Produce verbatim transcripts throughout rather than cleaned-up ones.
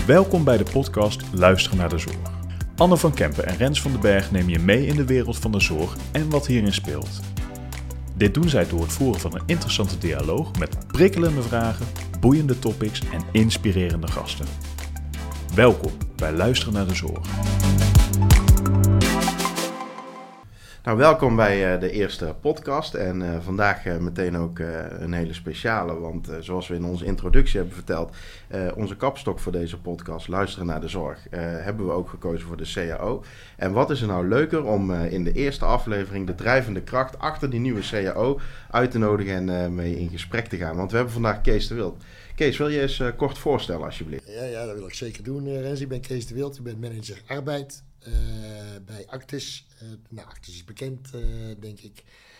Welkom bij de podcast Luisteren naar de Zorg. Anne van Kempen en Rens van den Berg nemen je mee in de wereld van de zorg en wat hierin speelt. Dit doen zij door het voeren van een interessante dialoog met prikkelende vragen, boeiende topics en inspirerende gasten. Welkom bij Luisteren naar de Zorg. Nou, welkom bij uh, de eerste podcast en uh, vandaag uh, meteen ook uh, een hele speciale, want uh, zoals we in onze introductie hebben verteld, uh, onze kapstok voor deze podcast, Luisteren naar de Zorg, uh, hebben we ook gekozen voor de C A O. En wat is er nou leuker om uh, in de eerste aflevering de drijvende kracht achter die nieuwe C A O uit te nodigen en uh, mee in gesprek te gaan, want we hebben vandaag Kees de Wild. Kees, wil je eens uh, kort voorstellen alsjeblieft? Ja, ja, dat wil ik zeker doen, uh, Rens. Ik ben Kees de Wild, ik ben manager arbeid uh, bij Actis. Uh, nou, Actis is bekend, uh, denk ik.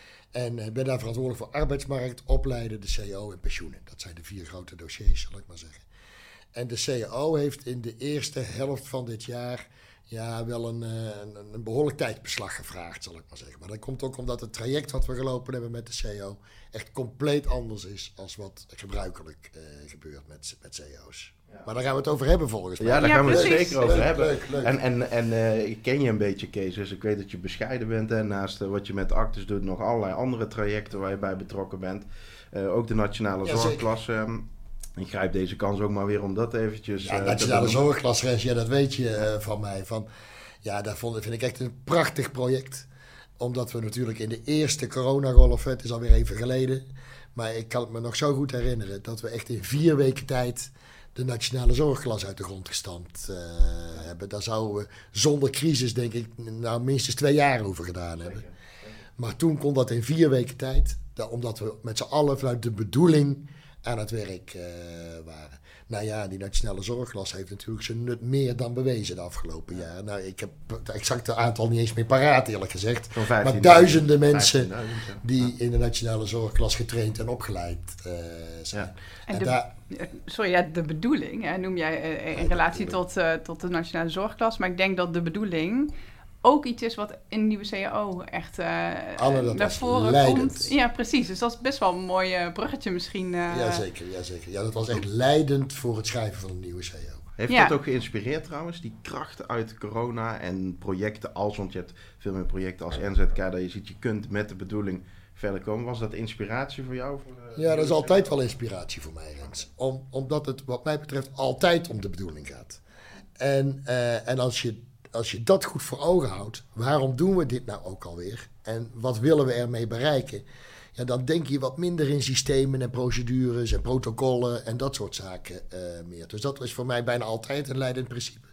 En ik uh, ben daar verantwoordelijk voor arbeidsmarkt, opleiden, de C A O en pensioenen. Dat zijn de vier grote dossiers, zal ik maar zeggen. En de C A O heeft in de eerste helft van dit jaar ja, wel een, een, een behoorlijk tijdbeslag gevraagd, zal ik maar zeggen. Maar dat komt ook omdat het traject wat we gelopen hebben met de C A O echt compleet anders is als wat gebruikelijk uh, gebeurt met, met C A O's. Ja. Maar daar gaan we het over hebben volgens mij. Ja, daar ja, gaan we precies. het zeker over leuk, hebben. Leuk, leuk. En, en, en uh, ik ken je een beetje, Kees, dus ik weet dat je bescheiden bent. En naast uh, wat je met Actis doet, nog allerlei andere trajecten waar je bij betrokken bent. Uh, ook de Nationale Ja, Zorgklasse. Um, ik grijp deze kans ook maar weer om dat eventjes... Ja, uh, Nationale Zorgklasse, Rens, ja, dat weet je uh, van mij. Van, ja, dat vond, vind ik echt een prachtig project. Omdat we natuurlijk in de eerste coronagolf, het is alweer even geleden, maar ik kan het me nog zo goed herinneren, dat we echt in vier weken tijd de Nationale Zorgklas uit de grond gestampt uh, hebben. Daar zouden we zonder crisis, denk ik, nou minstens twee jaar over gedaan hebben. Maar toen kon dat in vier weken tijd, omdat we met z'n allen vanuit de bedoeling aan het werk uh, waren. Nou ja, die Nationale Zorgklas heeft natuurlijk zijn nut meer dan bewezen de afgelopen jaren. Nou, ik heb het exacte aantal niet eens meer paraat, eerlijk gezegd. Maar duizenden mensen die in de Nationale Zorgklas getraind en opgeleid uh, zijn. Ja. En en de, daar, sorry, ja, de bedoeling, hè, noem jij uh, in ja, relatie tot, uh, tot de Nationale Zorgklas. Maar ik denk dat de bedoeling ook iets is wat in de nieuwe C A O echt uh, Alle, naar voren leidend. komt. Ja, precies. Dus dat is best wel een mooi uh, bruggetje misschien. Uh, jazeker, jazeker. Ja, dat was echt leidend voor het schrijven van een nieuwe C A O. Heeft ja. dat ook geïnspireerd trouwens, die krachten uit corona en projecten als, want je hebt veel meer projecten als N Z K, dat je ziet, je kunt met de bedoeling verder komen. Was dat inspiratie voor jou? Voor de, ja, dat is altijd wel inspiratie voor mij, Rens. Om, omdat het wat mij betreft altijd om de bedoeling gaat. En, uh, en als je Als je dat goed voor ogen houdt, waarom doen we dit nou ook alweer? En wat willen we ermee bereiken? Ja, dan denk je wat minder in systemen en procedures en protocollen en dat soort zaken uh, meer. Dus dat is voor mij bijna altijd een leidend principe.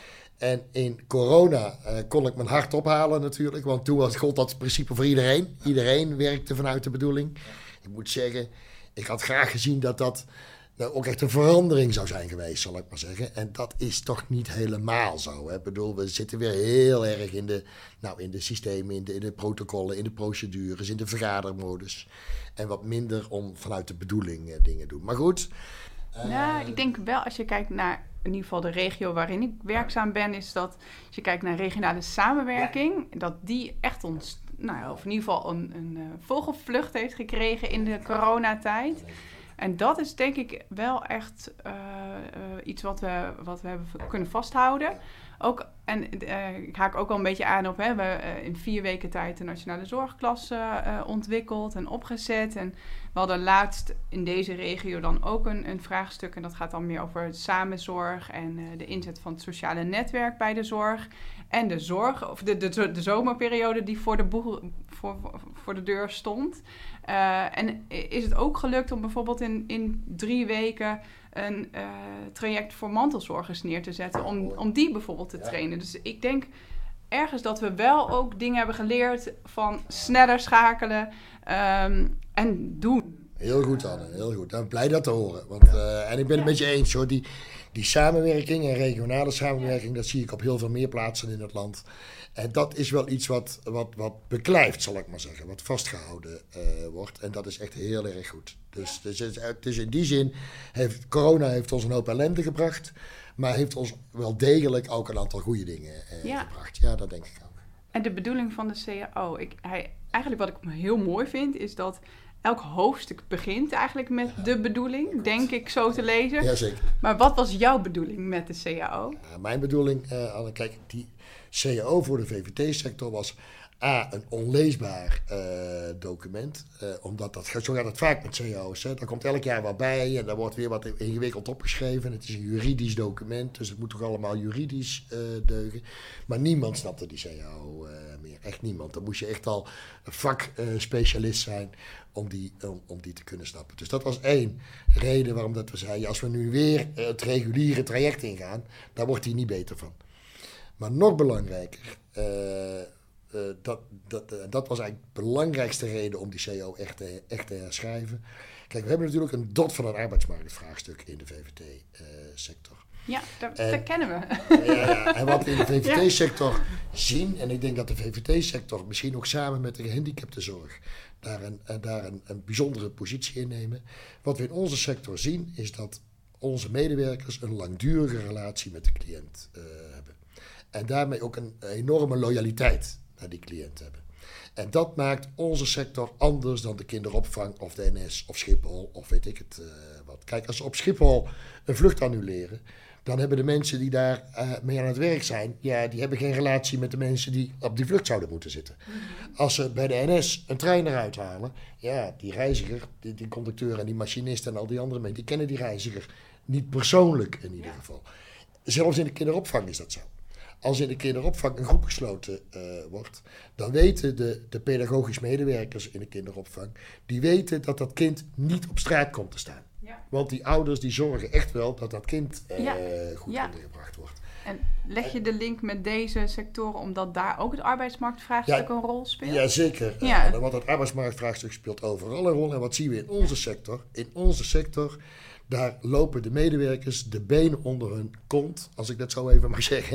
En in corona uh, kon ik mijn hart ophalen natuurlijk, want toen was, gold dat principe voor iedereen. Iedereen werkte vanuit de bedoeling. Ik moet zeggen, ik had graag gezien dat dat nou, ook echt een verandering zou zijn geweest, zal ik maar zeggen. En dat is toch niet helemaal zo. Hè? Ik bedoel, we zitten weer heel erg in de, nou, in de systemen, in de, in de protocollen, in de procedures, in de vergadermodus. En wat minder om vanuit de bedoeling uh, dingen doen. Maar goed. Uh, nou, ik denk wel, als je kijkt naar in ieder geval de regio waarin ik werkzaam ben, is dat als je kijkt naar regionale samenwerking, ja. dat die echt ons, nou ja, of in ieder geval een, een uh, vogelvlucht heeft gekregen in de coronatijd. En dat is denk ik wel echt uh, uh, iets wat we, wat we hebben kunnen vasthouden. Ook, en uh, ik haak ook wel een beetje aan op, hè, we hebben uh, in vier weken tijd de Nationale Zorgklasse uh, ontwikkeld en opgezet. En we hadden laatst in deze regio dan ook een, een vraagstuk. En dat gaat dan meer over samenzorg en uh, de inzet van het sociale netwerk bij de zorg. En de zorg, of de, de, de zomerperiode die voor de, boeg, voor, voor de deur stond. Uh, en is het ook gelukt om bijvoorbeeld in, in drie weken een uh, traject voor mantelzorgers neer te zetten. Om, om die bijvoorbeeld te trainen. Dus ik denk ergens dat we wel ook dingen hebben geleerd van sneller schakelen um, en doen. Heel goed, Anne. Heel goed. Ik ben blij dat te horen. Want, uh, en ik ben het met je eens hoor. Die, die samenwerking en regionale samenwerking, dat zie ik op heel veel meer plaatsen in het land. En dat is wel iets wat, wat, wat beklijft, zal ik maar zeggen. Wat vastgehouden uh, wordt. En dat is echt heel erg goed. Dus, dus, dus in die zin heeft corona heeft ons een hoop ellende gebracht. Maar heeft ons wel degelijk ook een aantal goede dingen uh, ja. gebracht. Ja, dat denk ik ook. En de bedoeling van de C A O. Ik, hij, eigenlijk wat ik heel mooi vind, is dat elk hoofdstuk begint eigenlijk met ja. de bedoeling, denk ik zo te lezen. Jazeker. Maar wat was jouw bedoeling met de C A O? Ja, mijn bedoeling, uh, Anne, kijk, die C A O voor de V V T-sector was A, een onleesbaar uh, document. Uh, omdat dat, zo gaat het vaak met C A O's. Hè. Daar komt elk jaar wat bij en daar wordt weer wat ingewikkeld opgeschreven. Het is een juridisch document, dus het moet toch allemaal juridisch uh, deugen. Maar niemand snapte die C A O uh, meer. Echt niemand. Dan moest je echt al een vakspecialist uh, zijn om die, om, om die te kunnen snappen. Dus dat was één reden waarom dat we zeiden, als we nu weer uh, het reguliere traject ingaan, daar wordt hij niet beter van. Maar nog belangrijker, uh, uh, dat, dat, uh, dat was eigenlijk de belangrijkste reden om die C A O echt te, echt te herschrijven. Kijk, we hebben natuurlijk een dot van een arbeidsmarktvraagstuk in de V V T-sector. Uh, ja, dat, en, dat kennen we. Ja, ja, en wat we in de V V T-sector ja. zien, en ik denk dat de V V T-sector misschien ook samen met de gehandicaptenzorg daar een, uh, daar een, een bijzondere positie in nemen. Wat we in onze sector zien, is dat onze medewerkers een langdurige relatie met de cliënt uh, hebben. En daarmee ook een enorme loyaliteit naar die cliënt hebben. En dat maakt onze sector anders dan de kinderopvang of de N S of Schiphol of weet ik het uh, wat. Kijk, als ze op Schiphol een vlucht annuleren, dan hebben de mensen die daar uh, mee aan het werk zijn, ja, die hebben geen relatie met de mensen die op die vlucht zouden moeten zitten. Mm-hmm. Als ze bij de N S een trein eruit halen, ja, die reiziger, die, die conducteur en die machinist en al die andere mensen, die kennen die reiziger niet persoonlijk in ieder ja. geval. Zelfs in de kinderopvang is dat zo. Als in de kinderopvang een groep gesloten uh, wordt, dan weten de, de pedagogisch medewerkers in de kinderopvang, die weten dat dat kind niet op straat komt te staan. Ja. Want die ouders die zorgen echt wel dat dat kind uh, ja. goed ja. ondergebracht wordt. En leg je de link met deze sectoren omdat daar ook het arbeidsmarktvraagstuk ja, een rol speelt? Ja, zeker. Ja. Uh, want het arbeidsmarktvraagstuk speelt overal een rol. En wat zien we in onze sector? In onze sector, daar lopen de medewerkers de benen onder hun kont, als ik dat zo even mag zeggen,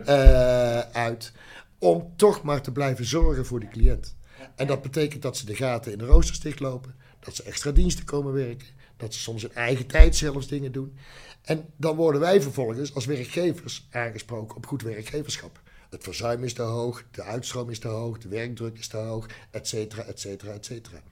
uh, uit. Om toch maar te blijven zorgen voor die cliënt. En dat betekent dat ze de gaten in de roosters dichtlopen, dat ze extra diensten komen werken, dat ze soms in eigen tijd zelfs dingen doen. En dan worden wij vervolgens als werkgevers aangesproken op goed werkgeverschap. Het verzuim is te hoog, de uitstroom is te hoog, de werkdruk is te hoog, et cetera, et cetera, et cetera.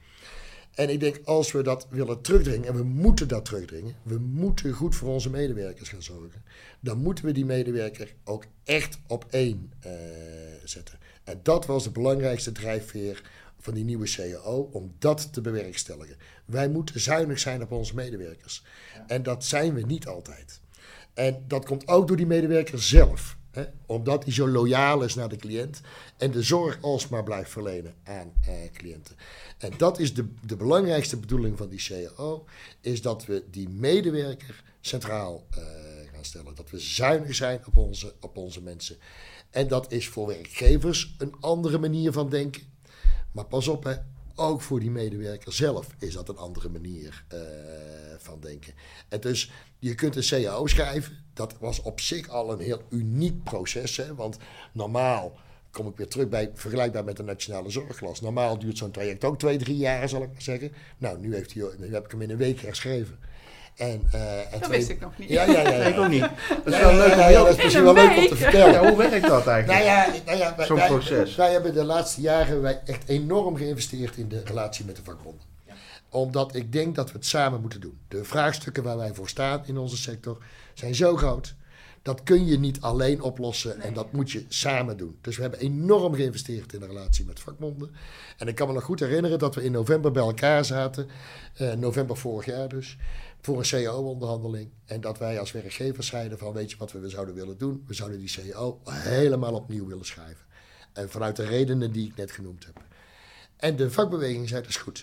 En ik denk, als we dat willen terugdringen, en we moeten dat terugdringen, we moeten goed voor onze medewerkers gaan zorgen, dan moeten we die medewerker ook echt op één uh, zetten. En dat was de belangrijkste drijfveer van die nieuwe C A O, om dat te bewerkstelligen. Wij moeten zuinig zijn op onze medewerkers. Ja. En dat zijn we niet altijd. En dat komt ook door die medewerker zelf. Hè? Omdat hij zo loyaal is naar de cliënt en de zorg alsmaar blijft verlenen aan uh, cliënten. En dat is de, de belangrijkste bedoeling van die C A O, is dat we die medewerker centraal uh, gaan stellen. Dat we zuinig zijn op onze, op onze mensen. En dat is voor werkgevers een andere manier van denken. Maar pas op, hè, ook voor die medewerker zelf is dat een andere manier uh, van denken. En dus je kunt een C A O schrijven. Dat was op zich al een heel uniek proces. Hè, want normaal, kom ik weer terug bij, vergelijkbaar met de nationale zorgklas. Normaal duurt zo'n traject ook twee, drie jaar, zal ik maar zeggen. Nou, nu, heeft hij, nu heb ik hem in een week herschreven. En, uh, en dat twee... wist ik nog niet. Ja, ja, ja. ja. Ik ook niet. Dat is wel leuk, ja, ja, dat is misschien wel leuk om te vertellen. Ja, hoe werkt dat eigenlijk? Nou ja, nou ja, wij, Zo'n wij, proces. Wij hebben de laatste jaren wij echt enorm geïnvesteerd in de relatie met de vakbonden. Ja. Omdat ik denk dat we het samen moeten doen. De vraagstukken waar wij voor staan in onze sector zijn zo groot. Dat kun je niet alleen oplossen nee. En dat moet je samen doen. Dus we hebben enorm geïnvesteerd in de relatie met vakbonden. En ik kan me nog goed herinneren dat we in november bij elkaar zaten. Uh, november vorig jaar dus. Voor een C A O-onderhandeling. En dat wij als werkgevers zeiden van, weet je wat we zouden willen doen? We zouden die C A O helemaal opnieuw willen schrijven. En vanuit de redenen die ik net genoemd heb. En de vakbeweging zei, dat is goed.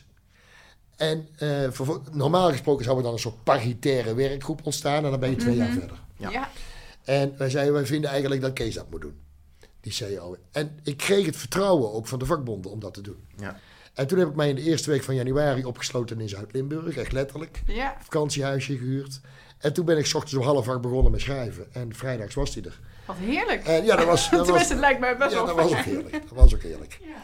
En uh, voor, normaal gesproken zou er dan een soort paritaire werkgroep ontstaan. En dan ben je twee mm-hmm. jaar verder. Ja. ja. En wij zeiden, wij vinden eigenlijk dat Kees dat moet doen. Die C A O. En ik kreeg het vertrouwen ook van de vakbonden om dat te doen. Ja. En toen heb ik mij in de eerste week van januari opgesloten in Zuid-Limburg, echt letterlijk. Ja. Vakantiehuisje gehuurd. En toen ben ik 's ochtends om half acht begonnen met schrijven. En vrijdags was hij er. Wat heerlijk. En ja, dat was... Dat Tenminste, was, het lijkt mij best ja, wel dat was ook heerlijk. Dat was ook heerlijk. Ja.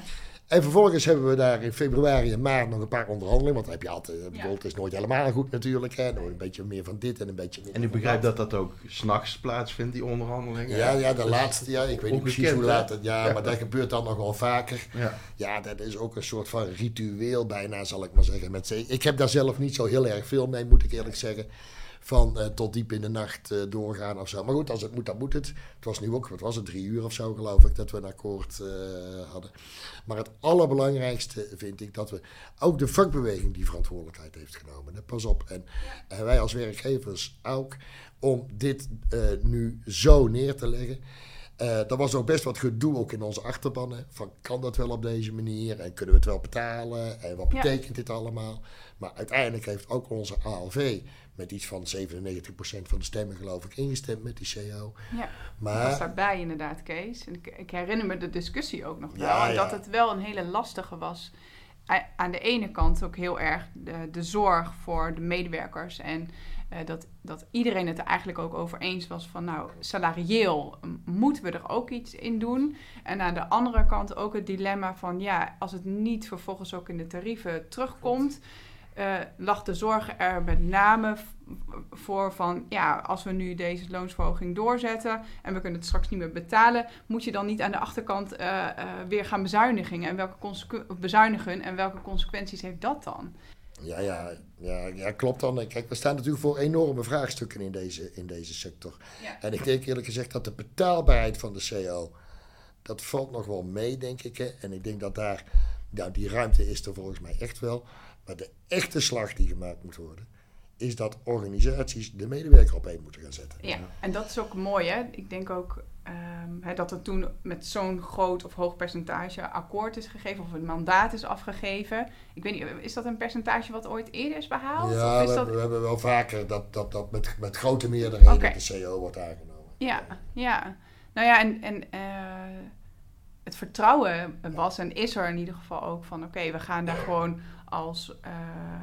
En vervolgens hebben we daar in februari en maart nog een paar onderhandelingen. Want dan heb je altijd, ja. bijvoorbeeld, het is nooit helemaal goed natuurlijk. Hè. Dan een beetje meer van dit en een beetje meer En u begrijpt dat dat ook 's nachts plaatsvindt, die onderhandelingen? Ja, ja, de laatste, ja. Ik weet niet precies hoe laat het, ja, ja, maar dat gebeurt dan nog wel vaker. Ja. Ja, dat is ook een soort van ritueel bijna, zal ik maar zeggen. Met z'n- ik heb daar zelf niet zo heel erg veel mee, moet ik eerlijk zeggen. Van uh, tot diep in de nacht uh, doorgaan of zo. Maar goed, als het moet, dan moet het. Het was nu ook, wat was het, drie uur of zo geloof ik, dat we een akkoord uh, hadden. Maar het allerbelangrijkste vind ik dat we ook de vakbeweging die verantwoordelijkheid heeft genomen. Hè? Pas op. En, en wij als werkgevers ook, om dit uh, nu zo neer te leggen. Uh, er was ook best wat gedoe ook in onze achterbannen. Van, kan dat wel op deze manier? En kunnen we het wel betalen? En wat betekent ja. dit allemaal? Maar uiteindelijk heeft ook onze A L V met iets van zevenennegentig procent van de stemmen geloof ik ingestemd met die C A O. Ja, maar, ik was daarbij inderdaad, Kees. En ik, ik herinner me de discussie ook nog wel. Ja, en ja. dat het wel een hele lastige was. A- aan de ene kant ook heel erg de, de zorg voor de medewerkers. En uh, dat, dat iedereen het er eigenlijk ook over eens was van nou, salarieel m- moeten we er ook iets in doen. En aan de andere kant ook het dilemma van ja, als het niet vervolgens ook in de tarieven terugkomt, Uh, lag de zorg er met name v- voor van ja, als we nu deze loonsverhoging doorzetten en we kunnen het straks niet meer betalen, moet je dan niet aan de achterkant uh, uh, weer gaan bezuinigen en welke consequ- bezuinigen en welke consequenties heeft dat dan? Ja, ja, ja, ja, klopt dan. Kijk, we staan natuurlijk voor enorme vraagstukken in deze, in deze sector. Ja. En ik denk eerlijk gezegd dat de betaalbaarheid van de C A O, dat valt nog wel mee, denk ik. Hè? En ik denk dat daar, nou, die ruimte is er volgens mij echt wel. Maar de echte slag die gemaakt moet worden, is dat organisaties de medewerker op één moeten gaan zetten. Ja, en dat is ook mooi, hè. Ik denk ook um, hè, dat er toen met zo'n groot of hoog percentage akkoord is gegeven, of een mandaat is afgegeven. Ik weet niet, is dat een percentage wat ooit eerder is behaald? Ja, of is we, dat... we hebben wel vaker dat dat, dat met, met grote meerderheden okay. de C A O wordt aangenomen. Ja, ja. Nou ja, en... en uh, het vertrouwen was en is er in ieder geval ook van oké, okay, we gaan daar gewoon als uh,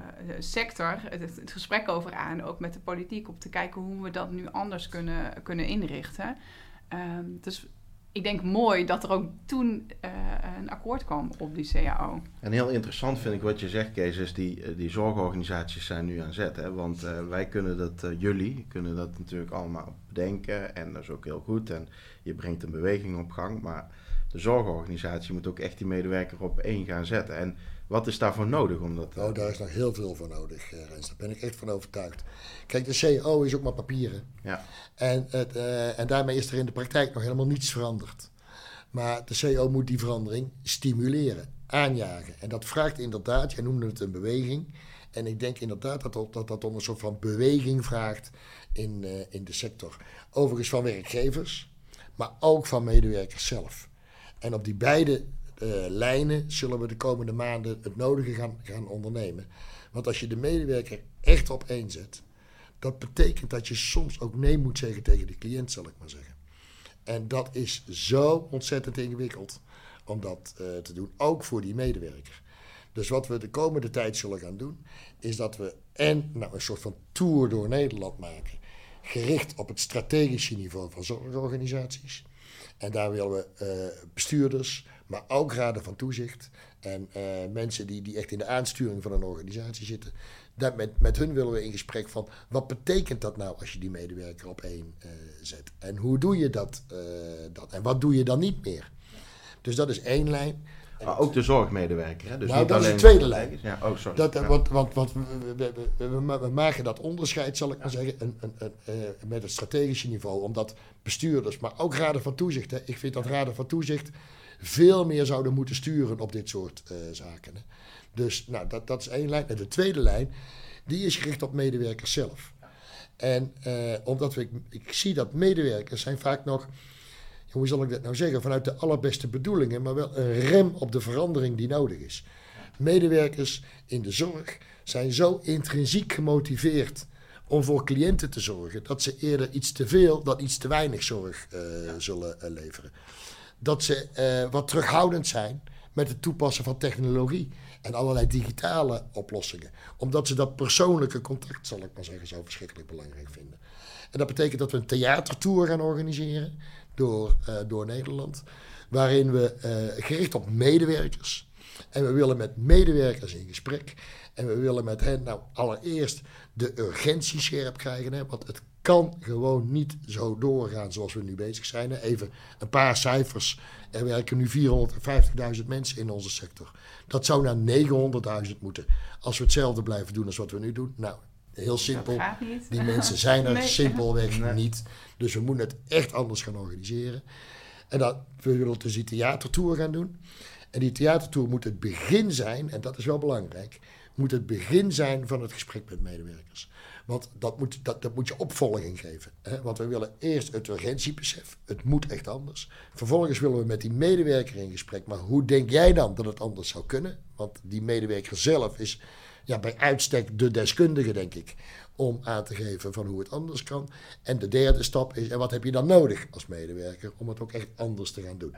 sector het, het gesprek over aan, ook met de politiek, om te kijken hoe we dat nu anders kunnen, kunnen inrichten. Um, dus ik denk mooi dat er ook toen uh, een akkoord kwam op die C A O. En heel interessant vind ik wat je zegt, Kees, is die, die zorgorganisaties zijn nu aan zet. Hè? Want uh, wij kunnen dat, uh, jullie kunnen dat natuurlijk allemaal bedenken en dat is ook heel goed. En je brengt een beweging op gang, maar de zorgorganisatie moet ook echt die medewerker op één gaan zetten. En wat is daarvoor nodig? Om dat, uh... Oh, daar is nog heel veel voor nodig, Rens. Daar ben ik echt van overtuigd. Kijk, de C A O is ook maar papieren. Ja. En, het, uh, en daarmee is er in de praktijk nog helemaal niets veranderd. Maar de C A O moet die verandering stimuleren, aanjagen. En dat vraagt inderdaad, jij noemde het een beweging. En ik denk inderdaad dat dat, dat, dat om een soort van beweging vraagt in, uh, in de sector. Overigens van werkgevers, maar ook van medewerkers zelf. En op die beide uh, lijnen zullen we de komende maanden het nodige gaan, gaan ondernemen. Want als je de medewerker echt op één zet, dat betekent dat je soms ook nee moet zeggen tegen de cliënt, zal ik maar zeggen. En dat is zo ontzettend ingewikkeld om dat uh, te doen, ook voor die medewerker. Dus wat we de komende tijd zullen gaan doen, is dat we en nou, een soort van tour door Nederland maken, gericht op het strategische niveau van zorgorganisaties. En daar willen we uh, bestuurders, maar ook raden van toezicht en uh, mensen die, die echt in de aansturing van een organisatie zitten. Dat met, met hun willen we in gesprek van wat betekent dat nou als je die medewerker op één uh, zet? En hoe doe je dat, uh, dat? En wat doe je dan niet meer? Dus dat is één lijn. Maar ook de zorgmedewerker, hè? Dus nou, niet dat alleen is de tweede lijn. Ja, oh, sorry. Dat, ja. Want, want, want we, we, we, we, we maken dat onderscheid, zal ik maar zeggen, een, een, een, uh, met het strategische niveau. Omdat bestuurders, maar ook raden van toezicht. Hè, ik vind dat raden van toezicht veel meer zouden moeten sturen op dit soort uh, zaken. Hè. Dus nou, dat, dat is één lijn. En de tweede lijn, die is gericht op medewerkers zelf. En uh, omdat we, ik, ik zie dat medewerkers zijn vaak nog, hoe zal ik dat nou zeggen, vanuit de allerbeste bedoelingen, maar wel een rem op de verandering die nodig is. Medewerkers in de zorg zijn zo intrinsiek gemotiveerd om voor cliënten te zorgen, dat ze eerder iets te veel dan iets te weinig zorg uh, zullen uh, leveren. Dat ze uh, wat terughoudend zijn met het toepassen van technologie en allerlei digitale oplossingen. Omdat ze dat persoonlijke contact, zal ik maar zeggen, zo verschrikkelijk belangrijk vinden. En dat betekent dat we een theatertour gaan organiseren door, uh, door Nederland, waarin we uh, gericht op medewerkers En we willen met medewerkers in gesprek. En we willen met hen nou allereerst de urgentie scherp krijgen. Hè, want het kan gewoon niet zo doorgaan zoals we nu bezig zijn. Hè. Even een paar cijfers. Er werken nu vierhonderdvijftigduizend mensen in onze sector. Dat zou naar negenhonderdduizend moeten. Als we hetzelfde blijven doen als wat we nu doen. Nou, heel simpel. Dat gaat niet. Die mensen zijn er Nee. simpelweg Nee. niet. Dus we moeten het echt anders gaan organiseren. En dat, we willen dus die theatertour gaan doen. En die theatertour moet het begin zijn, en dat is wel belangrijk, moet het begin zijn van het gesprek met medewerkers. Want dat moet, dat, dat moet je opvolging geven. Hè? Want we willen eerst het urgentiebesef. Het moet echt anders. Vervolgens willen we met die medewerker in gesprek. Maar hoe denk jij dan dat het anders zou kunnen? Want die medewerker zelf is ja, bij uitstek de deskundige, denk ik, om aan te geven van hoe het anders kan. En de derde stap is, en wat heb je dan nodig als medewerker om het ook echt anders te gaan doen?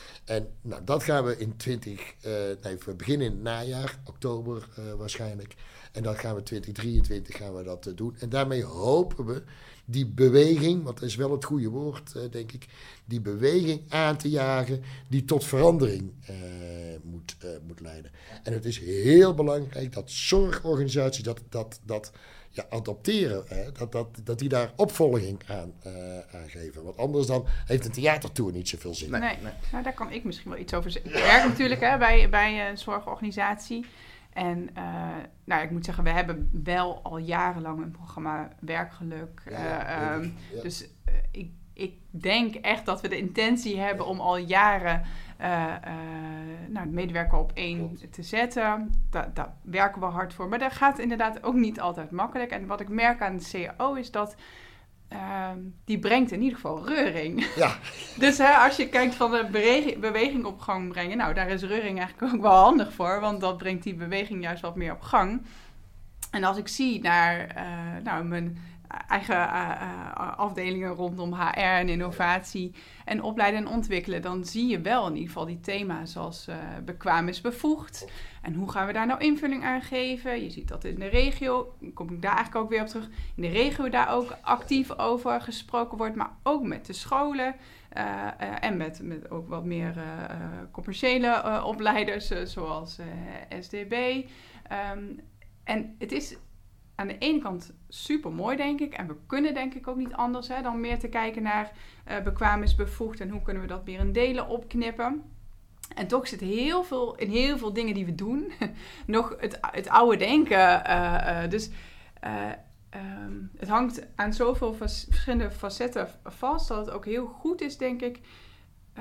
En nou, dat gaan we in twintig, uh, nee, we beginnen in het najaar, oktober uh, waarschijnlijk. En dan gaan we twintig drieëntwintig gaan we dat uh, doen. En daarmee hopen we die beweging, want dat is wel het goede woord, uh, denk ik, die beweging aan te jagen die tot verandering uh, moet, uh, moet leiden. En het is heel belangrijk dat zorgorganisaties dat, dat, dat ja, adopteren, hè, dat, dat, dat die daar opvolging aan, uh, aan geven. Want anders dan heeft een theatertour niet zoveel zin. Nee. Nee, nou, daar kan ik misschien wel iets over zeggen. Ik werk natuurlijk hè, bij, bij een zorgorganisatie. En uh, nou, ik moet zeggen, we hebben wel al jarenlang een programma Werkgeluk. Ja, ja, Uh, um, ja. Dus uh, ik, ik denk echt dat we de intentie hebben om al jaren uh, uh, nou, het medewerker op één Klopt. te zetten. Da- daar werken we hard voor. Maar dat gaat inderdaad ook niet altijd makkelijk. En wat ik merk aan de C A O is dat Uh, die brengt in ieder geval reuring. Ja, Dus hè, als je kijkt van de beweging, beweging op gang brengen, nou daar is reuring eigenlijk ook wel handig voor, want dat brengt die beweging juist wat meer op gang. En als ik zie naar uh, nou, mijn eigen uh, uh, afdelingen rondom H R en innovatie en opleiden en ontwikkelen, dan zie je wel in ieder geval die thema's zoals uh, bekwaam is bevoegd. En hoe gaan we daar nou invulling aan geven? Je ziet dat in de regio, kom ik daar eigenlijk ook weer op terug, in de regio daar ook actief over gesproken wordt, maar ook met de scholen uh, uh, en met, met ook wat meer uh, uh, commerciële uh, opleiders, uh, zoals uh, S D B. Um, en het is aan de ene kant super mooi, denk ik. En we kunnen denk ik ook niet anders hè, dan meer te kijken naar uh, bekwaam is bevoegd en hoe kunnen we dat weer in delen opknippen. En toch zit heel veel, in heel veel dingen die we doen nog het, het oude denken. Uh, uh, dus uh, um, het hangt aan zoveel vas- verschillende facetten vast dat het ook heel goed is, denk ik, Uh,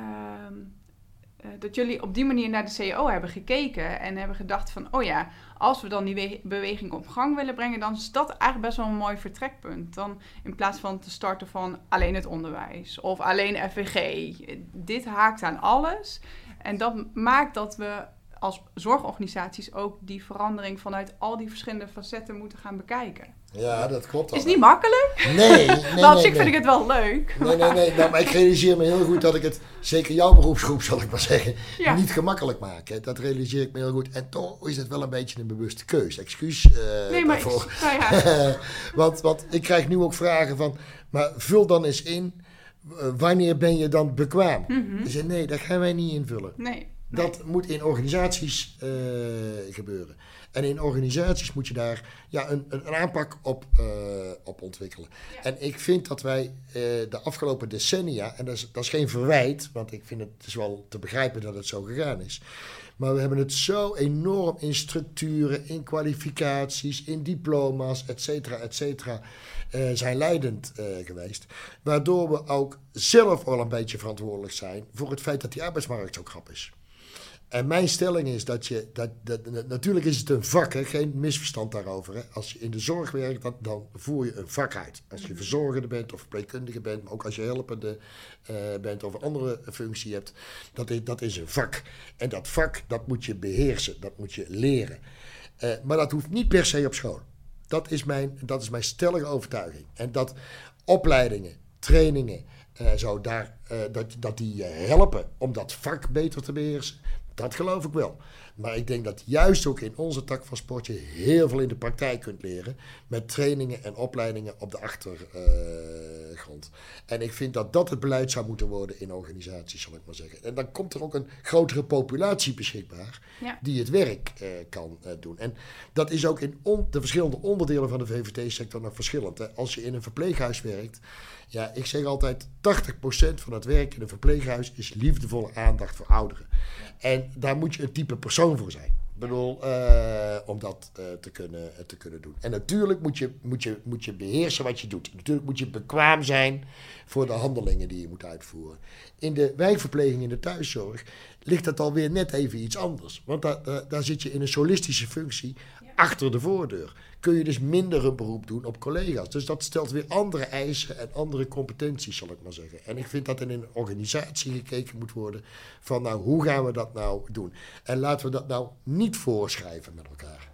Uh, dat jullie op die manier naar de C A O hebben gekeken en hebben gedacht van, oh ja, als we dan die we- beweging op gang willen brengen, dan is dat eigenlijk best wel een mooi vertrekpunt. Dan in plaats van te starten van alleen het onderwijs of alleen F V G. Dit haakt aan alles en dat maakt dat we als zorgorganisaties ook die verandering vanuit al die verschillende facetten moeten gaan bekijken. ja, dat klopt al. Is niet makkelijk, Nee, nee, maar op nee, zich nee. vind ik het wel leuk. Nee, nee, nee. Nou, maar ik realiseer me heel goed dat ik het, zeker jouw beroepsgroep zal ik maar zeggen, Ja. niet gemakkelijk maak. Hè. Dat realiseer ik me heel goed. En toch is het wel een beetje een bewuste keus. Excuus uh, Nee, maar ik, daarvoor. nou ja, want, want ik krijg nu ook vragen van, maar vul dan eens in, uh, wanneer ben je dan bekwaam? Mhm. Ik zeg, nee, dat gaan wij niet invullen. nee. Dat moet in organisaties uh, gebeuren. En in organisaties moet je daar ja, een, een, een aanpak op, uh, op ontwikkelen. Ja. En ik vind dat wij uh, de afgelopen decennia, en dat is, dat is geen verwijt, want ik vind het, het is wel te begrijpen dat het zo gegaan is. Maar we hebben het zo enorm in structuren, in kwalificaties, in diploma's, et cetera, et cetera, uh, zijn leidend uh, geweest. Waardoor we ook zelf wel een beetje verantwoordelijk zijn voor het feit dat die arbeidsmarkt zo krap is. En mijn stelling is dat je, dat, dat, natuurlijk is het een vak, hè, geen misverstand daarover. Hè. Als je in de zorg werkt, dan, dan voer je een vak uit. Als je verzorgende bent of verpleegkundige bent, maar ook als je helpende uh, bent of een andere functie hebt, dat is, dat is een vak. En dat vak, dat moet je beheersen, dat moet je leren. Uh, maar dat hoeft niet per se op school. Dat is mijn, dat is mijn stellige overtuiging. En dat opleidingen, trainingen, uh, zo daar, uh, dat, dat die uh, helpen om dat vak beter te beheersen, dat geloof ik wel. Maar ik denk dat juist ook in onze tak van sport je heel veel in de praktijk kunt leren met trainingen en opleidingen op de achtergrond. grond. En ik vind dat dat het beleid zou moeten worden in organisaties, zal ik maar zeggen. En dan komt er ook een grotere populatie beschikbaar ja. die het werk uh, kan uh, doen. En dat is ook in on- de verschillende onderdelen van de V V T-sector nog verschillend. Hè. Als je in een verpleeghuis werkt, ja, ik zeg altijd tachtig procent van het werk in een verpleeghuis is liefdevolle aandacht voor ouderen. En daar moet je een type persoon voor zijn. Ik bedoel, uh, om dat uh, te, kunnen, uh, te kunnen doen. En natuurlijk moet je, moet, je, moet je beheersen wat je doet. Natuurlijk moet je bekwaam zijn voor de handelingen die je moet uitvoeren. In de wijkverpleging, in de thuiszorg, ligt dat alweer net even iets anders. Want daar, daar, daar zit je in een solistische functie achter de voordeur. Kun je dus minder een beroep doen op collega's. Dus dat stelt weer andere eisen en andere competenties, zal ik maar zeggen. En ik vind dat in een organisatie gekeken moet worden van, nou, hoe gaan we dat nou doen? En laten we dat nou niet voorschrijven met elkaar.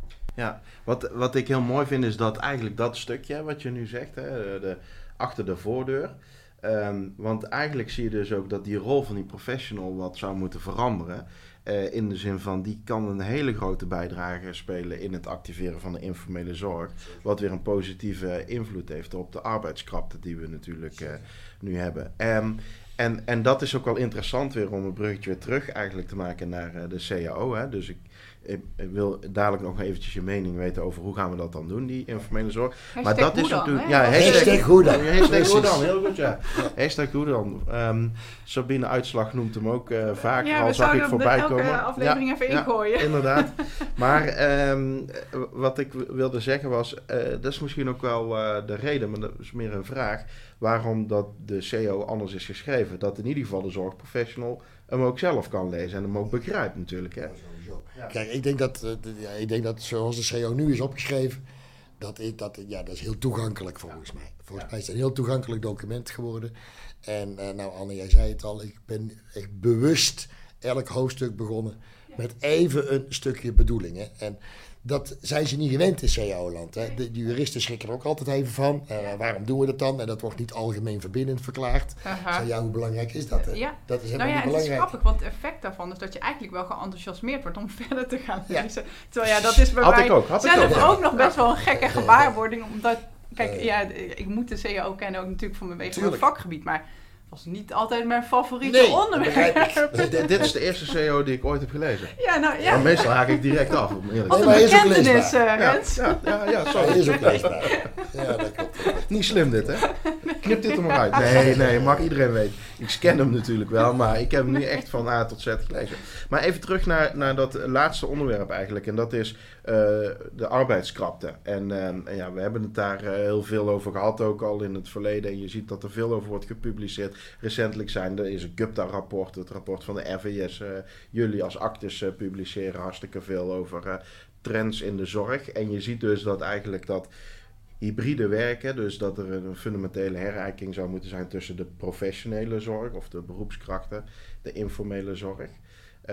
Ja, wat, wat ik heel mooi vind is dat eigenlijk dat stukje wat je nu zegt, hè, de, achter de voordeur. Um, want eigenlijk zie je dus ook dat die rol van die professional wat zou moeten veranderen. Uh, in de zin van, die kan een hele grote bijdrage spelen in het activeren van de informele zorg. Wat weer een positieve invloed heeft op de arbeidskrapte die we natuurlijk uh, nu hebben. Um, en, en dat is ook wel interessant weer om een bruggetje weer terug eigenlijk te maken naar uh, de C A O. Hè. Dus ik, ik, ik wil dadelijk nog eventjes je mening weten over hoe gaan we dat dan doen, die informele zorg. Hashtag maar dat is dan, natuurlijk... Ja, hashtag hoe dan. Hashtag hoe dan, heel goed ja. Hashtag hoe dan. Um, Sabine Uitslag noemt hem ook uh, vaker, ja, al zag ik voorbij komen. elke aflevering ja, even ja, ingooien. Inderdaad. Maar um, wat ik wilde zeggen was, uh, dat is misschien ook wel uh, de reden, maar dat is meer een vraag, waarom dat de C A O anders is geschreven. Dat in ieder geval de zorgprofessional hem ook zelf kan lezen en hem ook begrijpt natuurlijk. Hè. Ja. Kijk, ik denk dat, uh, de, ja, ik denk dat zoals de C A O nu is opgeschreven, dat, ik, dat, ja, dat is heel toegankelijk volgens ja. mij. Volgens ja. mij is het een heel toegankelijk document geworden. En uh, nou Anne, jij zei het al, ik ben echt bewust elk hoofdstuk begonnen met even een stukje bedoelingen. En dat zijn ze niet gewend in C A O-land. Hè. De, de juristen schrikken er ook altijd even van. Uh, waarom doen we dat dan? En dat wordt niet algemeen verbindend verklaard. Uh-huh. Zeg, ja, hoe belangrijk is dat? Hè? Ja. Dat is helemaal nou ja, niet belangrijk. Het is grappig, want het effect daarvan is dat je eigenlijk wel geenthousiasmeerd wordt om verder te gaan lezen. Ja. Terwijl ja, dat is bij had mij ik ook, had zelf ik ook. ook nog best wel een gekke gewaarwording. Omdat, kijk, uh, ja, ik moet de C A O kennen ook natuurlijk van mijn mijn vakgebied, maar was niet altijd mijn favoriete nee, onderwerp. dit, dit is de eerste C A O die ik ooit heb gelezen. Ja, nou ja. Maar meestal haak ik direct af. Om eerlijk Wat te een zijn. bekentenis, uh, Rens. Ja, ja, ja, ja, Hij is ook leesbaar. Ja, dat klopt. Niet slim dit, hè? Knip dit er maar uit. Nee, nee, mag iedereen weten. Ik scan hem natuurlijk wel, maar ik heb hem nu echt van A tot Z gelezen. Maar even terug naar, naar dat laatste onderwerp eigenlijk. En dat is uh, de arbeidskrapte. En uh, ja, we hebben het daar uh, heel veel over gehad, ook al in het verleden. En je ziet dat er veel over wordt gepubliceerd. Recentelijk zijn er is een Gupta-rapport, het rapport van de R V S. Uh, jullie als Actis uh, publiceren hartstikke veel over uh, trends in de zorg. En je ziet dus dat eigenlijk dat hybride werken, dus dat er een fundamentele herijking zou moeten zijn tussen de professionele zorg of de beroepskrachten, de informele zorg, uh,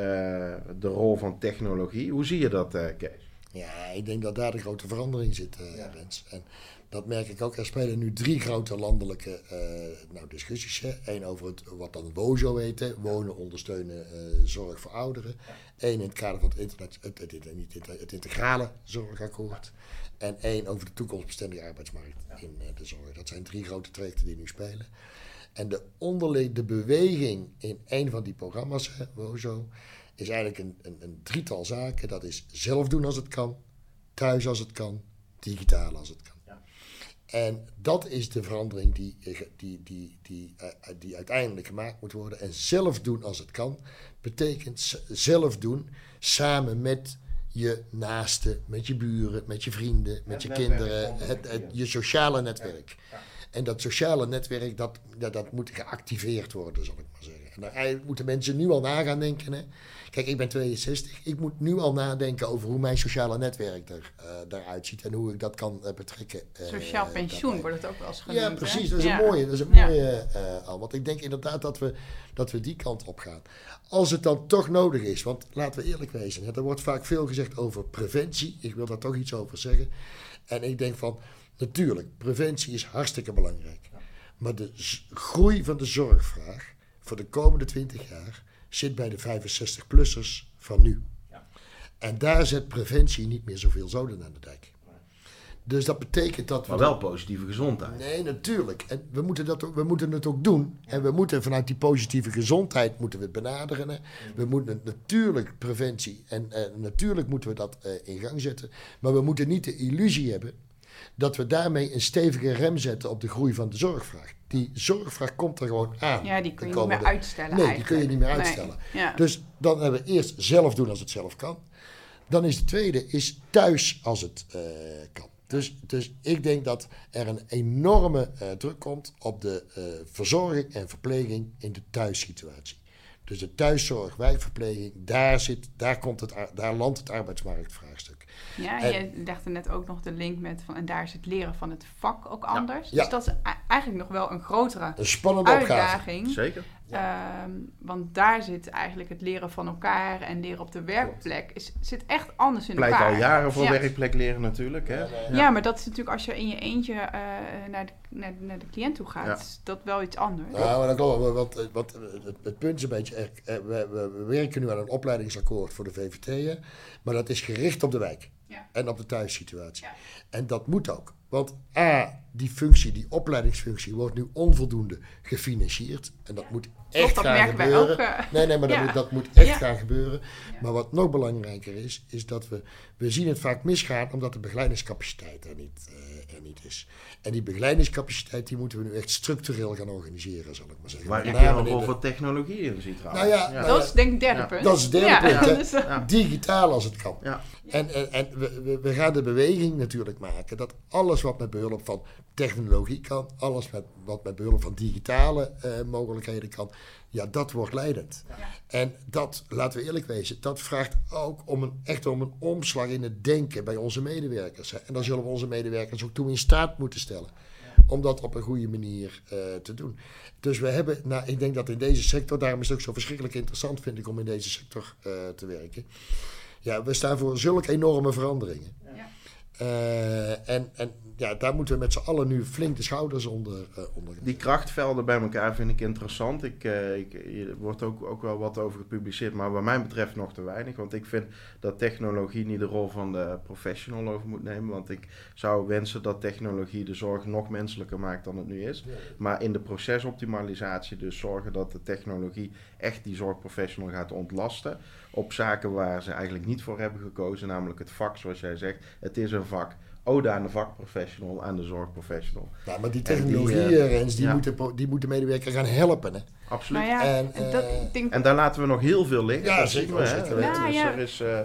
de rol van technologie. Hoe zie je dat, uh, Kees? Ja, ik denk dat daar de grote verandering zit, uh, ja. Rens. En dat merk ik ook. Er spelen nu drie grote landelijke uh, nou, discussies. Eén over het, wat dan WOZO heet, hè, wonen, ondersteunen, uh, zorg voor ouderen. Eén in het kader van het, internet, het, het, het, niet, het, het integrale zorgakkoord. En één over de toekomstbestendige arbeidsmarkt ja. in uh, de zorg. Dat zijn drie grote trajecten die nu spelen. En de onderliggende beweging in één van die programma's, hè, WOZO, is eigenlijk een, een, een drietal zaken. Dat is zelf doen als het kan, thuis als het kan, digitaal als het kan. Ja. En dat is de verandering die, die, die, die, uh, die uiteindelijk gemaakt moet worden. En zelf doen als het kan, betekent zelf doen samen met je naasten, met je buren, met je vrienden, met het je netwerk, kinderen, het, het, je sociale netwerk. Ja. En dat sociale netwerk, dat, dat, dat moet geactiveerd worden, zal ik maar zeggen. En daar moeten mensen nu al na gaan denken. Hè. Kijk, ik ben tweeënzestig. Ik moet nu al nadenken over hoe mijn sociale netwerk er, uh, eruit ziet en hoe ik dat kan uh, betrekken. Uh, Sociaal pensioen daarbij. Wordt het ook wel eens genoemd. Ja, precies. Dat is ja. een mooie. Dat is een ja. mooie uh, al. Want ik denk inderdaad dat we, dat we die kant op gaan. Als het dan toch nodig is, want laten we eerlijk wezen, hè, er wordt vaak veel gezegd over preventie. Ik wil daar toch iets over zeggen. En ik denk van, natuurlijk, preventie is hartstikke belangrijk. Maar de z- groei van de zorgvraag voor de komende twintig jaar zit bij de vijfenzestig-plussers van nu. Ja. En daar zet preventie niet meer zoveel zoden aan de dijk. Dus dat betekent dat we... Maar wel positieve gezondheid. Nee, natuurlijk. En we moeten, dat ook, we moeten het ook doen. En we moeten vanuit die positieve gezondheid moeten we het benaderen. Hè. We moeten natuurlijk preventie en uh, natuurlijk moeten we dat uh, in gang zetten. Maar we moeten niet de illusie hebben dat we daarmee een stevige rem zetten op de groei van de zorgvraag. Die zorgvraag komt er gewoon aan. Ja, die kun je de niet meer komende... uitstellen Nee, eigenlijk. die kun je niet meer uitstellen. Nee. Ja. Dus dan hebben we eerst zelf doen als het zelf kan. Dan is de tweede, is thuis als het uh, kan. Dus, dus ik denk dat er een enorme uh, druk komt op de uh, verzorging en verpleging in de thuissituatie. Dus de thuiszorg, wijkverpleging, daar, zit, daar, komt het, daar landt het arbeidsmarktvraagstuk. Ja, en, en je legde net ook nog de link met, van, en daar is het leren van het vak ook anders. Ja. Dus dat is eigenlijk nog wel een grotere een spannende uitdaging. opgave. Zeker. Ja. Um, want daar zit eigenlijk het leren van elkaar en leren op de werkplek is, zit echt anders in Pleit elkaar. al jaren voor ja. werkplek leren natuurlijk. Hè? Ja, Ja. ja, maar dat is natuurlijk als je in je eentje uh, naar, de, naar, naar de cliënt toe gaat, Ja. is dat wel iets anders. Ja, maar dat klopt. Want, want het, het punt is een beetje, we, we, we werken nu aan een opleidingsakkoord voor de V V T'en, maar dat is gericht op de wijk Ja. en op de thuissituatie. Ja. En dat moet ook. Want A, die functie, die opleidingsfunctie, wordt nu onvoldoende gefinancierd. En dat moet echt dat gaan merken wij gebeuren. ook, uh, nee, nee, maar dat, ja. moet, dat moet echt Ja. gaan gebeuren. Ja. Maar wat nog belangrijker is, is dat we, we zien het vaak misgaan omdat de begeleidingscapaciteit er niet, uh, er niet is. En die begeleidingscapaciteit, die moeten we nu echt structureel gaan organiseren, zal ik maar zeggen. Waar Met ik hier name nog in de- over technologie in zie trouwens. Nou ja, nou Dat is denk ik het derde Ja. punt. Dat is het derde ja. punt, hè? Dus, uh, Ja. Digitaal als het kan. Ja. En, en, en we, we, we gaan de beweging natuurlijk maken dat alles wat met behulp van technologie kan, alles met, wat met behulp van digitale uh, mogelijkheden kan, ja, dat wordt leidend. Ja. En dat, laten we eerlijk wezen, dat vraagt ook om een, echt om een omslag in het denken bij onze medewerkers. Hè. En dan zullen we onze medewerkers ook toe in staat moeten stellen om dat op een goede manier uh, te doen. Dus we hebben, nou, ik denk dat in deze sector, daarom is het ook zo verschrikkelijk interessant, vind ik, om in deze sector uh, te werken. Ja, we staan voor zulke enorme veranderingen. Ja. Uh, en, en ja, daar moeten we met z'n allen nu flink de schouders onder, uh, onder. Die krachtvelden bij elkaar vind ik interessant. Ik, uh, ik, er wordt ook, ook wel wat over gepubliceerd, maar wat mij betreft nog te weinig. Want ik vind dat technologie niet de rol van de professional over moet nemen. Want ik zou wensen dat technologie de zorg nog menselijker maakt dan het nu is. Ja. Maar in de procesoptimalisatie dus zorgen dat de technologie echt die zorgprofessional gaat ontlasten. Op zaken waar ze eigenlijk niet voor hebben gekozen, namelijk het vak zoals jij zegt. Het is een vak. Ode aan de vakprofessional, aan de zorgprofessional. Ja, maar die En technologie, die, die, uh, Rens, die, ja. moeten, die moeten medewerker gaan helpen. Hè? Absoluut. Nou ja, En, en, dat, eh, ik denk, En daar laten we nog heel veel liggen. Ja, dat zeker, zien we, hè. zeker weten. Dus Ja, ja. er is, uh,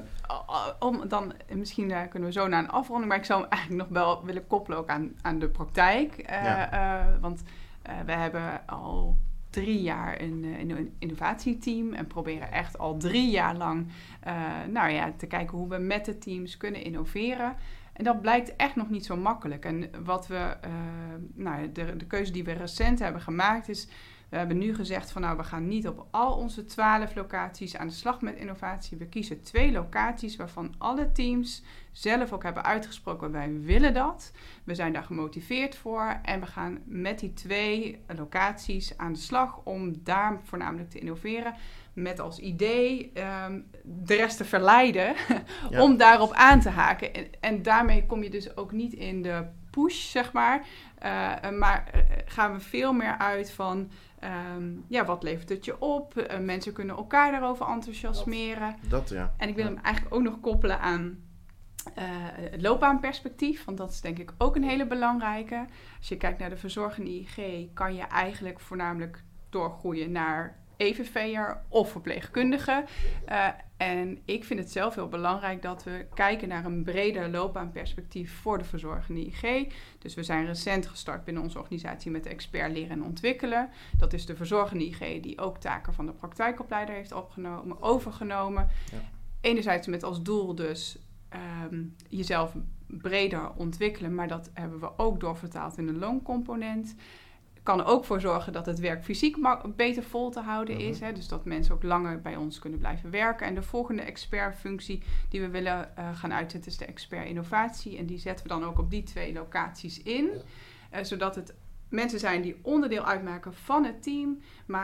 om dan, misschien uh, kunnen we zo naar een afronding, maar ik zou hem eigenlijk nog wel willen koppelen ook aan, aan de praktijk. Uh, Ja. uh, want uh, we hebben al drie jaar een, uh, een innovatieteam en proberen echt al drie jaar lang uh, nou ja, te kijken hoe we met de teams kunnen innoveren. En dat blijkt echt nog niet zo makkelijk. En wat we, uh, nou, de, de keuze die we recent hebben gemaakt is, we hebben nu gezegd van nou, we gaan niet op al onze twaalf locaties aan de slag met innovatie. We kiezen twee locaties waarvan alle teams zelf ook hebben uitgesproken, wij willen dat. We zijn daar gemotiveerd voor en we gaan met die twee locaties aan de slag om daar voornamelijk te innoveren. Met als idee um, de rest te verleiden Ja. om daarop aan te haken. En, en daarmee kom je dus ook niet in de push, zeg maar. Uh, maar uh, gaan we veel meer uit van, um, ja, wat levert het je op? Uh, mensen kunnen elkaar daarover enthousiasmeren. dat ja. En ik wil Ja. hem eigenlijk ook nog koppelen aan uh, het loopbaanperspectief. Want dat is denk ik ook een hele belangrijke. Als je kijkt naar de verzorgende I G, kan je eigenlijk voornamelijk doorgroeien naar E V V'er of verpleegkundige. Uh, en ik vind het zelf heel belangrijk dat we kijken naar een breder loopbaanperspectief voor de verzorgende I G. Dus we zijn recent gestart binnen onze organisatie met de expert leren en ontwikkelen. Dat is de verzorgende I G die ook taken van de praktijkopleider heeft opgenomen, overgenomen. Ja. Enerzijds met als doel dus um, jezelf breder ontwikkelen, maar dat hebben we ook doorvertaald in een looncomponent. Kan er ook voor zorgen dat het werk fysiek beter vol te houden is. Hè? Dus dat mensen ook langer bij ons kunnen blijven werken. En de volgende expertfunctie die we willen uh, gaan uitzetten is de expert innovatie. En die zetten we dan ook op die twee locaties in. Uh, zodat het mensen zijn die onderdeel uitmaken van het team. Maar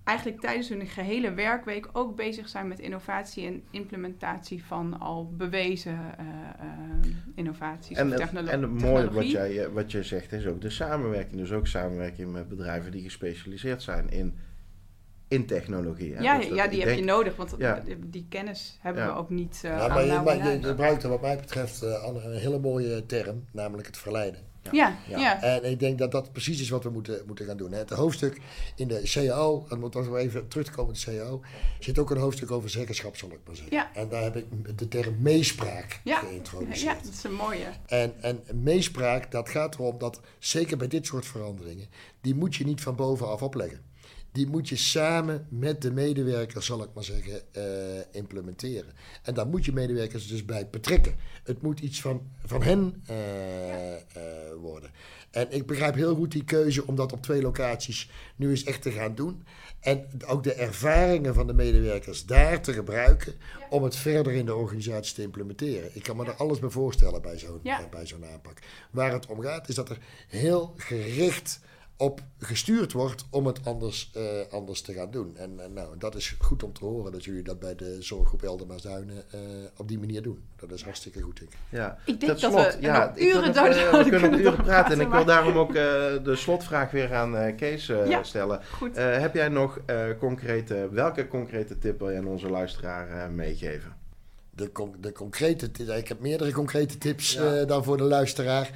eigenlijk tijdens hun gehele werkweek ook bezig zijn met innovatie en implementatie van al bewezen uh, uh, innovaties En, of het- technolo- en het mooie technologie. wat jij, eh, wat jij zegt is ook de samenwerking. Dus ook samenwerking met bedrijven die gespecialiseerd zijn in, in technologie. Hè? Ja, Dus dat- ja, die ik heb denk- je nodig, want ja. die, die kennis hebben Ja. we ook niet uh, Ja, aan maar je, nauw maar en je, lijf. je gebruikt er wat mij betreft uh, Anne, een hele mooie term, namelijk het verleiden. Ja, Ja. ja. En ik denk dat dat precies is wat we moeten, moeten gaan doen. Het hoofdstuk in de C A O, en moet toch wel even terug te komen in de C A O, zit ook een hoofdstuk over zeggenschap, zal ik maar zeggen. Ja. En daar heb ik de term meespraak Ja. geïntroduceerd. Ja, dat is een mooie. En, en meespraak, dat gaat erom dat, zeker bij dit soort veranderingen, die moet je niet van bovenaf opleggen. Die moet je samen met de medewerkers, zal ik maar zeggen, uh, implementeren. En daar moet je medewerkers dus bij betrekken. Het moet iets van, van hen uh, uh, worden. En ik begrijp heel goed die keuze om dat op twee locaties nu eens echt te gaan doen. En ook de ervaringen van de medewerkers daar te gebruiken om het verder in de organisatie te implementeren. Ik kan me er alles bij voorstellen bij zo'n, Ja. uh, bij zo'n aanpak. Waar het om gaat is dat er heel gericht op gestuurd wordt om het anders, uh, anders te gaan doen. En uh, nou, dat is goed om te horen dat jullie dat bij de zorggroep Eldermaasduinen uh, op die manier doen. Dat is hartstikke goed, denk ik. Ja. Ik denk Tot dat slot, we ja, nog ik wil uren nog, daar eh, zouden we kunnen nog kunnen uren praten. En ik wil maar- daarom ook uh, de slotvraag weer aan uh, Kees uh, Ja. stellen. Goed. Uh, heb jij nog uh, concrete, welke concrete tip wil je aan onze luisteraar uh, meegeven? De, con- de concrete, ti- ik heb meerdere concrete tips Ja. uh, dan voor de luisteraar.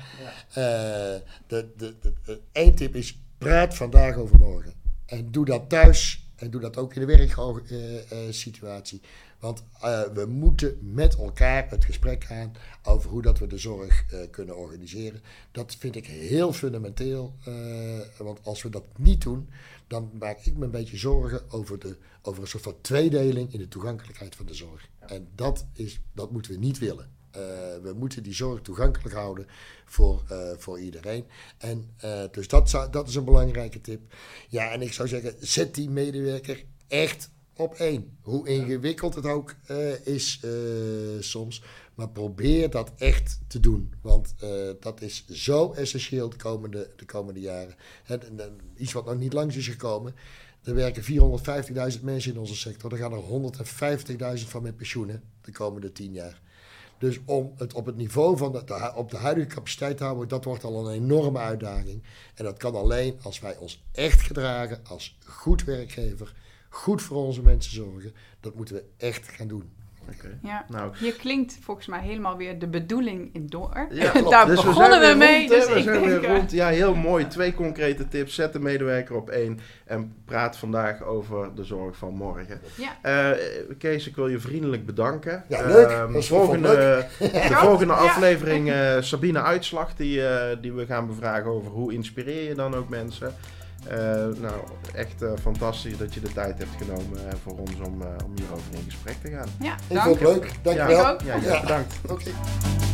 Uh, de, de, de, de, één tip is, praat vandaag over morgen. En doe dat thuis en doe dat ook in de werksituatie. Want uh, we moeten met elkaar het gesprek aan over hoe dat we de zorg uh, kunnen organiseren. Dat vind ik heel fundamenteel. Uh, want als we dat niet doen, dan maak ik me een beetje zorgen over, de, over een soort van tweedeling in de toegankelijkheid van de zorg. En dat, is, dat moeten we niet willen. Uh, we moeten die zorg toegankelijk houden voor, uh, voor iedereen. En uh, dus dat, zou, dat is een belangrijke tip. Ja, en ik zou zeggen, zet die medewerker echt op één. Hoe ingewikkeld het ook uh, is uh, soms. Maar probeer dat echt te doen. Want uh, dat is zo essentieel de komende, de komende jaren. En, en, en iets wat nog niet langs is gekomen. Er werken vierhonderdvijftigduizend mensen in onze sector. Er gaan er honderdvijftigduizend van met pensioenen de komende tien jaar. Dus om het op het niveau van de, de, op de huidige capaciteit te houden, dat wordt al een enorme uitdaging. En dat kan alleen als wij ons echt gedragen als goed werkgever, goed voor onze mensen zorgen. Dat moeten we echt gaan doen. Okay. Ja. Nou, Hier klinkt volgens mij helemaal weer de bedoeling in door. Ja, klopt. Daar Dus begonnen we, zijn weer mee. rond, hè? Dus we ik zijn denk, weer uh, rond. Ja, heel mooi. Twee concrete tips. Zet de medewerker op één. En praat vandaag over de zorg van morgen. Ja. Uh, Kees, ik wil je vriendelijk bedanken. Ja, leuk. Uh, Dat is volgende, leuk. de Ja. volgende Ja. aflevering, uh, Sabine Uitslag, die, uh, die we gaan bevragen over hoe inspireer je dan ook mensen. Uh, nou, echt uh, fantastisch dat je de tijd hebt genomen uh, voor ons om, uh, om hierover in gesprek te gaan. Ja, Ik dank. vond het leuk. Dankjewel. Ja, Ik ook. ja, ja, Ja. bedankt. Oké.